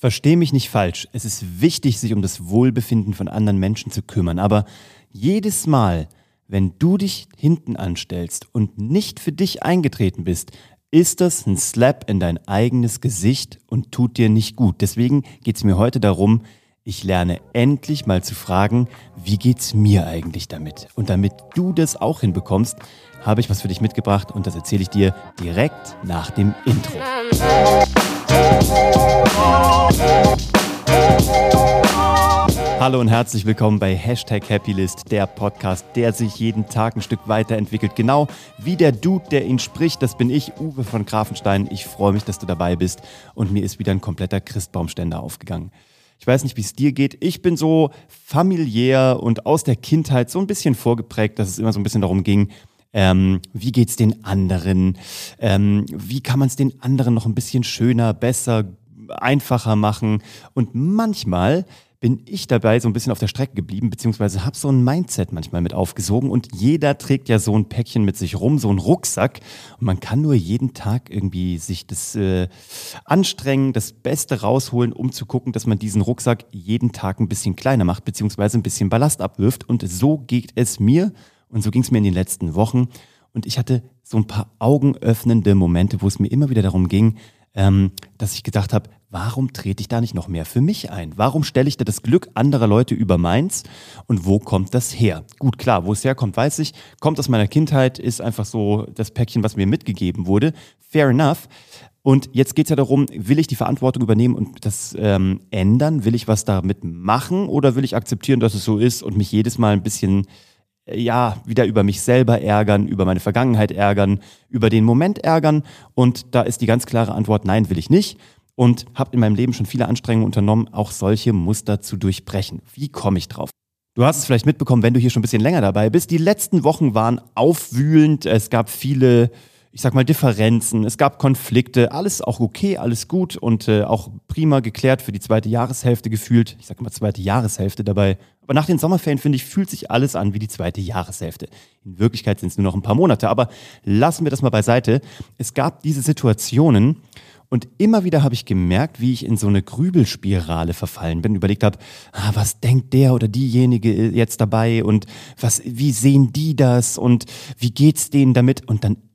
Versteh mich nicht falsch. Es ist wichtig, sich um das Wohlbefinden von anderen Menschen zu kümmern. Aber jedes Mal, wenn du dich hinten anstellst und nicht für dich eingetreten bist, ist das ein Slap in dein eigenes Gesicht und tut dir nicht gut. Deswegen geht es mir heute darum, ich lerne endlich mal zu fragen, wie geht's mir eigentlich damit? Und damit du das auch hinbekommst, habe ich was für dich mitgebracht und das erzähle ich dir direkt nach dem Intro. Hallo und herzlich willkommen bei #Happylist, der Podcast, der sich jeden Tag ein Stück weiterentwickelt. Genau wie der Dude, der ihn spricht, das bin ich, Uwe von Grafenstein. Ich freue mich, dass du dabei bist und mir ist wieder ein kompletter Christbaumständer aufgegangen. Ich weiß nicht, wie es dir geht. Ich bin so familiär und aus der Kindheit so ein bisschen vorgeprägt, dass es immer so ein bisschen darum ging, wie geht's den anderen? Wie kann man es den anderen noch ein bisschen schöner, besser, einfacher machen? Und manchmal bin ich dabei so ein bisschen auf der Strecke geblieben, beziehungsweise habe so ein Mindset manchmal mit aufgesogen und jeder trägt ja so ein Päckchen mit sich rum, so einen Rucksack und man kann nur jeden Tag irgendwie sich das anstrengen, das Beste rausholen, um zu gucken, dass man diesen Rucksack jeden Tag ein bisschen kleiner macht, beziehungsweise ein bisschen Ballast abwirft und so geht es mir und so ging es mir in den letzten Wochen und ich hatte so ein paar augenöffnende Momente, wo es mir immer wieder darum ging, dass ich gedacht habe, warum trete ich da nicht noch mehr für mich ein? Warum stelle ich da das Glück anderer Leute über meins? Und wo kommt das her? Gut, klar, wo es herkommt, weiß ich. Kommt aus meiner Kindheit, ist einfach so das Päckchen, was mir mitgegeben wurde. Fair enough. Und jetzt geht es ja darum, will ich die Verantwortung übernehmen und das ändern? Will ich was damit machen? Oder will ich akzeptieren, dass es so ist und mich jedes Mal ein bisschen wieder über mich selber ärgern, über meine Vergangenheit ärgern, über den Moment ärgern? Und da ist die ganz klare Antwort, nein, will ich nicht. Und habe in meinem Leben schon viele Anstrengungen unternommen, auch solche Muster zu durchbrechen. Wie komme ich drauf? Du hast es vielleicht mitbekommen, wenn du hier schon ein bisschen länger dabei bist. Die letzten Wochen waren aufwühlend. Es gab viele, Differenzen. Es gab Konflikte. Alles auch okay, alles gut und auch prima geklärt für die zweite Jahreshälfte gefühlt. Ich sage immer zweite Jahreshälfte dabei. Aber nach den Sommerferien, finde ich, fühlt sich alles an wie die zweite Jahreshälfte. In Wirklichkeit sind es nur noch ein paar Monate. Aber lassen wir das mal beiseite. Es gab diese Situationen, und immer wieder habe ich gemerkt, wie ich in so eine Grübelspirale verfallen bin, überlegt habe, was denkt der oder diejenige jetzt dabei und wie sehen die das und wie geht's denen damit? Und dann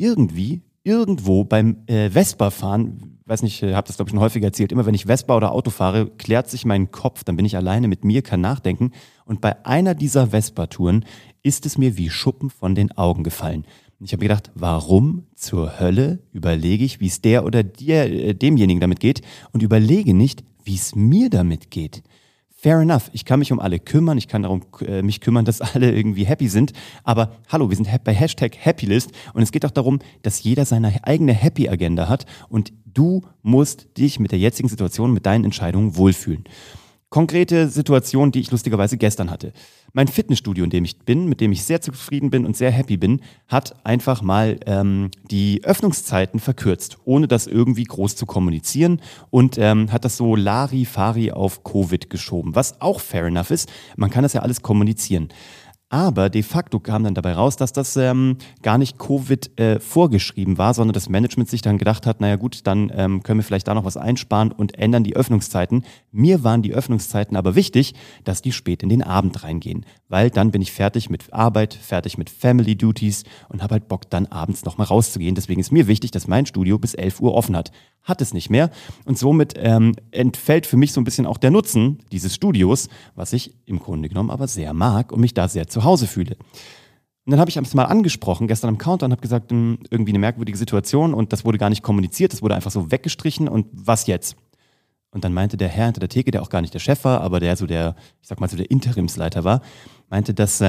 irgendwo beim Vespa-Fahren, weiß nicht, habe das glaube ich schon häufiger erzählt, immer wenn ich Vespa oder Auto fahre, klärt sich mein Kopf, dann bin ich alleine mit mir, kann nachdenken. Und bei einer dieser Vespa-Touren ist es mir wie Schuppen von den Augen gefallen. Ich habe mir gedacht, warum zur Hölle überlege ich, wie es der oder demjenigen damit geht und überlege nicht, wie es mir damit geht. Fair enough, ich kann mich um alle kümmern, ich kann darum mich kümmern, dass alle irgendwie happy sind, aber hallo, wir sind bei #Happylist und es geht auch darum, dass jeder seine eigene Happy-Agenda hat und du musst dich mit der jetzigen Situation, mit deinen Entscheidungen wohlfühlen. Konkrete Situation, die ich lustigerweise gestern hatte. Mein Fitnessstudio, in dem ich bin, mit dem ich sehr zufrieden bin und sehr happy bin, hat einfach mal die Öffnungszeiten verkürzt, ohne das irgendwie groß zu kommunizieren und hat das so Larifari auf Covid geschoben, was auch fair enough ist. Man kann das ja alles kommunizieren. Aber de facto kam dann dabei raus, dass das gar nicht Covid vorgeschrieben war, sondern das Management sich dann gedacht hat, naja gut, dann können wir vielleicht da noch was einsparen und ändern die Öffnungszeiten. Mir waren die Öffnungszeiten aber wichtig, dass die spät in den Abend reingehen, weil dann bin ich fertig mit Arbeit, fertig mit Family Duties und habe halt Bock, dann abends nochmal rauszugehen. Deswegen ist mir wichtig, dass mein Studio bis 11 Uhr offen hat. Hat es nicht mehr und somit entfällt für mich so ein bisschen auch der Nutzen dieses Studios, was ich im Grunde genommen aber sehr mag und mich da sehr zu Hause fühle. Und dann habe ich es mal angesprochen, gestern am Counter und habe gesagt, irgendwie eine merkwürdige Situation und das wurde gar nicht kommuniziert, das wurde einfach so weggestrichen und was jetzt? Und dann meinte der Herr hinter der Theke, der auch gar nicht der Chef war, aber der der Interimsleiter war, meinte, dass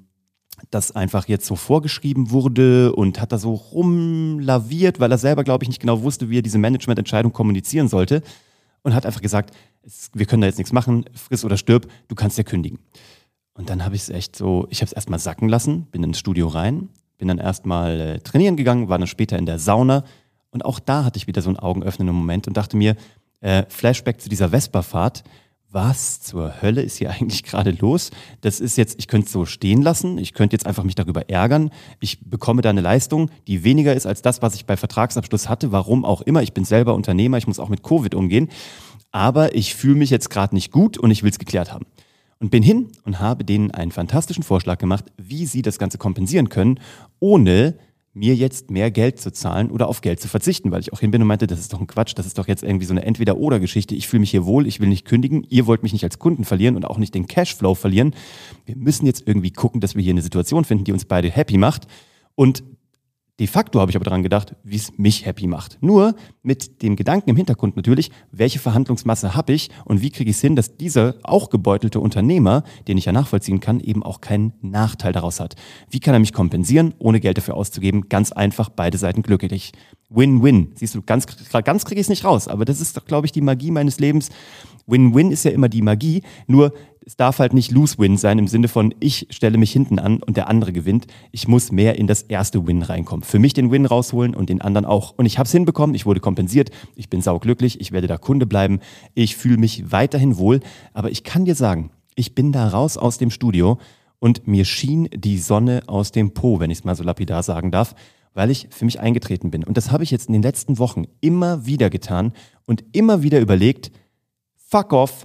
das einfach jetzt so vorgeschrieben wurde und hat da so rumlaviert, weil er selber, glaube ich, nicht genau wusste, wie er diese Managemententscheidung kommunizieren sollte und hat einfach gesagt, wir können da jetzt nichts machen, friss oder stirb, du kannst ja kündigen. Und dann habe ich es erstmal sacken lassen, bin ins Studio rein, bin dann erstmal trainieren gegangen, war dann später in der Sauna und auch da hatte ich wieder so einen augenöffnenden Moment und dachte mir, Flashback zu dieser Vespa-Fahrt, was zur Hölle ist hier eigentlich gerade los? Das ist jetzt, ich könnte es so stehen lassen, ich könnte jetzt einfach mich darüber ärgern, ich bekomme da eine Leistung, die weniger ist als das, was ich bei Vertragsabschluss hatte, warum auch immer, ich bin selber Unternehmer, ich muss auch mit Covid umgehen. aber ich fühle mich jetzt gerade nicht gut und ich will es geklärt haben. Und bin hin und habe denen einen fantastischen Vorschlag gemacht, wie sie das Ganze kompensieren können, ohne mir jetzt mehr Geld zu zahlen oder auf Geld zu verzichten, weil ich auch hin bin und meinte, das ist doch ein Quatsch, das ist doch jetzt irgendwie so eine Entweder-oder-Geschichte. Ich fühle mich hier wohl, ich will nicht kündigen, ihr wollt mich nicht als Kunden verlieren und auch nicht den Cashflow verlieren. Wir müssen jetzt irgendwie gucken, dass wir hier eine Situation finden, die uns beide happy macht. Und de facto habe ich aber daran gedacht, wie es mich happy macht. Nur mit dem Gedanken im Hintergrund natürlich, welche Verhandlungsmasse habe ich und wie kriege ich es hin, dass dieser auch gebeutelte Unternehmer, den ich ja nachvollziehen kann, eben auch keinen Nachteil daraus hat. Wie kann er mich kompensieren, ohne Geld dafür auszugeben? Ganz einfach, beide Seiten glücklich. Win-win. Siehst du, ganz kriege ich es nicht raus, aber das ist doch, glaube ich, die Magie meines Lebens. Win-win ist ja immer die Magie, nur es darf halt nicht Lose-Win sein im Sinne von, ich stelle mich hinten an und der andere gewinnt. Ich muss mehr in das erste Win reinkommen. Für mich den Win rausholen und den anderen auch. Und ich habe es hinbekommen, ich wurde kompensiert, ich bin sauglücklich, ich werde da Kunde bleiben, ich fühle mich weiterhin wohl. Aber ich kann dir sagen, ich bin da raus aus dem Studio und mir schien die Sonne aus dem Po, wenn ich es mal so lapidar sagen darf, weil ich für mich eingetreten bin. Und das habe ich jetzt in den letzten Wochen immer wieder getan und immer wieder überlegt, fuck off,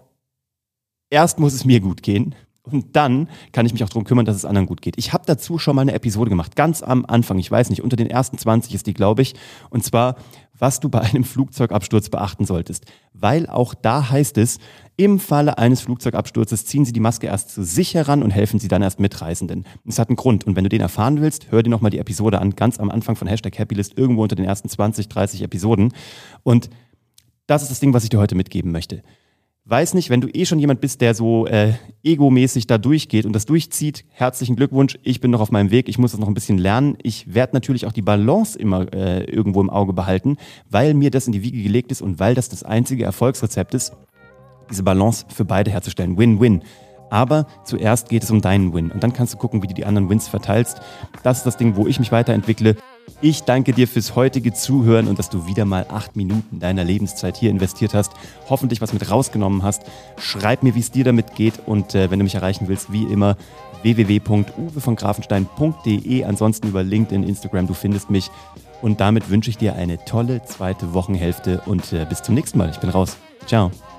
erst muss es mir gut gehen und dann kann ich mich auch darum kümmern, dass es anderen gut geht. Ich habe dazu schon mal eine Episode gemacht, ganz am Anfang, ich weiß nicht, unter den ersten 20 ist die, glaube ich, und zwar, was du bei einem Flugzeugabsturz beachten solltest. Weil auch da heißt es, im Falle eines Flugzeugabsturzes ziehen Sie die Maske erst zu sich heran und helfen Sie dann erst Mitreisenden. Das hat einen Grund und wenn du den erfahren willst, hör dir nochmal die Episode an, ganz am Anfang von #Happylist, irgendwo unter den ersten 20, 30 Episoden und das ist das Ding, was ich dir heute mitgeben möchte. Weiß nicht, wenn du schon jemand bist, der so egomäßig da durchgeht und das durchzieht, herzlichen Glückwunsch, ich bin noch auf meinem Weg, ich muss das noch ein bisschen lernen. Ich werde natürlich auch die Balance immer irgendwo im Auge behalten, weil mir das in die Wiege gelegt ist und weil das einzige Erfolgsrezept ist, diese Balance für beide herzustellen. Win-win. Aber zuerst geht es um deinen Win und dann kannst du gucken, wie du die anderen Wins verteilst. Das ist das Ding, wo ich mich weiterentwickle. Ich danke dir fürs heutige Zuhören und dass du wieder mal 8 Minuten deiner Lebenszeit hier investiert hast. Hoffentlich was mit rausgenommen hast. Schreib mir, wie es dir damit geht und wenn du mich erreichen willst, wie immer www.uwevongrafenstein.de. Ansonsten über LinkedIn, Instagram, du findest mich. Und damit wünsche ich dir eine tolle zweite Wochenhälfte und bis zum nächsten Mal. Ich bin raus. Ciao.